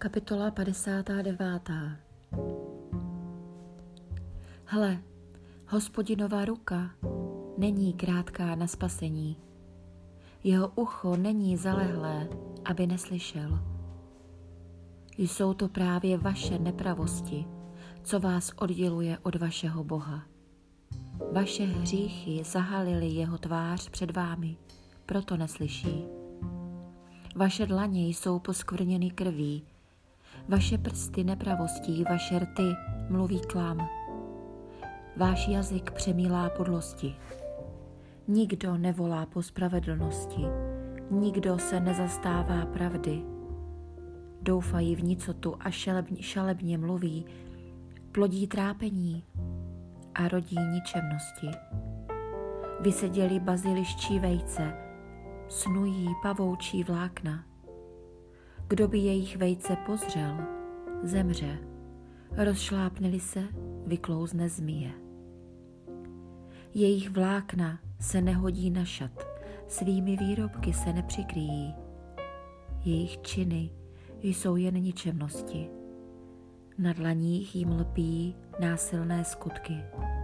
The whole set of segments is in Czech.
Kapitola 59. Hle, Hospodinova ruka není krátká na spasení. Jeho ucho není zalehlé, aby neslyšel. Jsou to právě vaše nepravosti, co vás odděluje od vašeho Boha. Vaše hříchy zahalily jeho tvář před vámi, proto neslyší. Vaše dlaně jsou poskvrněny krví, vaše prsty nepravostí, vaše rty mluví klam. Váš jazyk přemílá podlosti. Nikdo nevolá po spravedlnosti, nikdo se nezastává pravdy. Doufají v nicotu a šalebně mluví, plodí trápení a rodí ničemnosti. Vyseděli baziliščí vejce, snují pavoučí vlákna. Kdo by jejich vejce pozřel, zemře. Rozšlápne-li se, vyklouzne zmije. Jejich vlákna se nehodí na šat, svými výrobky se nepřikryjí. Jejich činy jsou jen ničemnosti. Na dlaních jim lpí násilné skutky.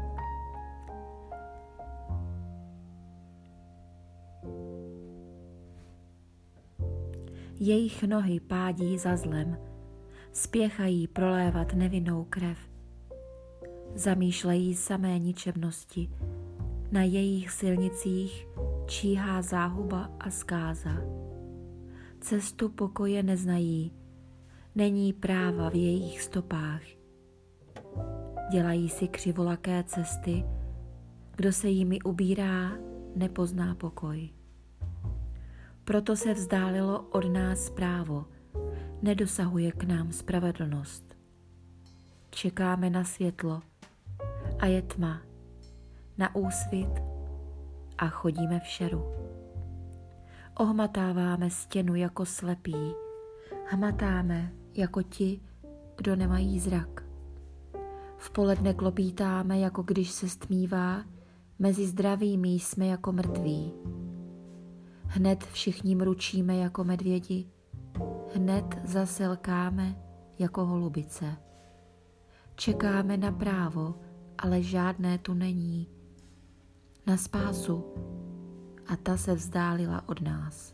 Jejich nohy pádí za zlem, spěchají prolévat nevinnou krev. Zamýšlejí samé ničemnosti, na jejich silnicích číhá záhuba a zkáza. Cestu pokoje neznají, není práva v jejich stopách. Dělají si křivolaké cesty, kdo se jimi ubírá, nepozná pokoj. Proto se vzdálilo od nás právo, nedosahuje k nám spravedlnost. Čekáme na světlo a je tma, na úsvit a chodíme v šeru. Ohmatáváme stěnu jako slepí, hmatáme jako ti, kdo nemají zrak. V poledne klopítáme, jako když se stmívá, mezi zdravými jsme jako mrtví. Hned všichni mručíme jako medvědi, hned zaselkáme jako holubice. Čekáme na právo, ale žádné tu není. Na spásu, a ta se vzdálila od nás.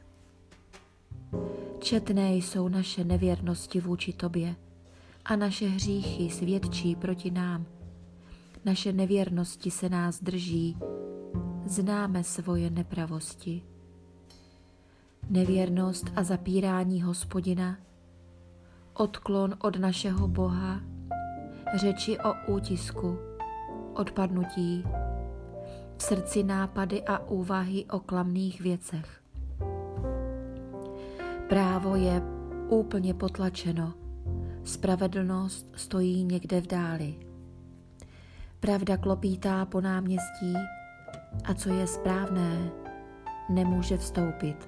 Četné jsou naše nevěrnosti vůči tobě a naše hříchy svědčí proti nám. Naše nevěrnosti se nás drží, známe svoje nepravosti. Nevěrnost a zapírání Hospodina, odklon od našeho Boha, řeči o útisku, odpadnutí, v srdci nápady a úvahy o klamných věcech. Právo je úplně potlačeno, spravedlnost stojí někde v dáli. Pravda klopítá po náměstí a co je správné, nemůže vstoupit.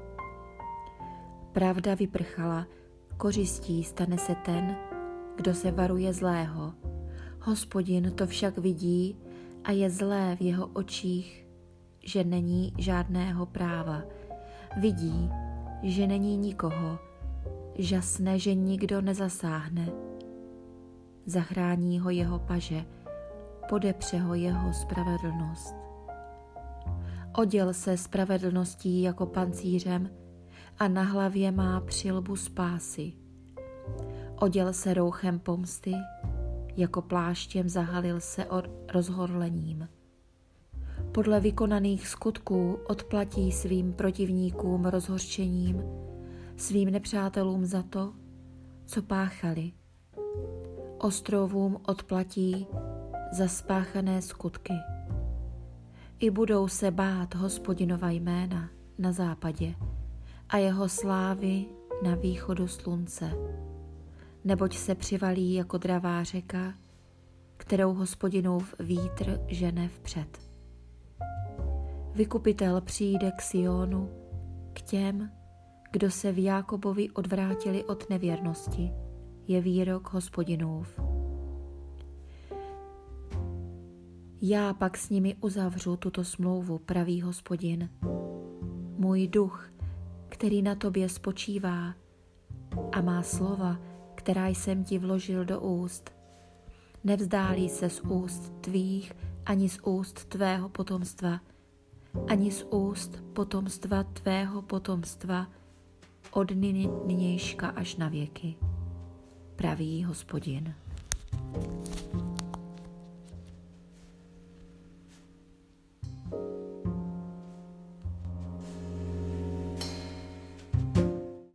Pravda vyprchala, kořistí stane se ten, kdo se varuje zlého. Hospodin to však vidí a je zlé v jeho očích, že není žádného práva. Vidí, že není nikoho, žasne, že nikdo nezasáhne. Zachrání ho jeho paže, podepře ho jeho spravedlnost. Oděl se spravedlností jako pancířem a na hlavě má přilbu spásy. Oděl se rouchem pomsty, jako pláštěm zahalil se rozhorlením. Podle vykonaných skutků odplatí svým protivníkům rozhořčením, svým nepřátelům za to, co páchali. Ostrovům odplatí za spáchané skutky. I budou se bát Hospodinova jména na západě a jeho slávy na východu slunce. Neboť se přivalí jako dravá řeka, kterou Hospodinův vítr žene vpřed. Vykupitel přijde k Sionu, k těm, kdo se v Jákobovi odvrátili od nevěrnosti, je výrok Hospodinův. Já pak s nimi uzavřu tuto smlouvu, praví Hospodin. Můj duch, který na tobě spočívá, a má slova, která jsem ti vložil do úst. Nevzdálí se z úst tvých, ani z úst tvého potomstva, ani z úst potomstva tvého potomstva, od nynějška až na věky, praví Hospodin.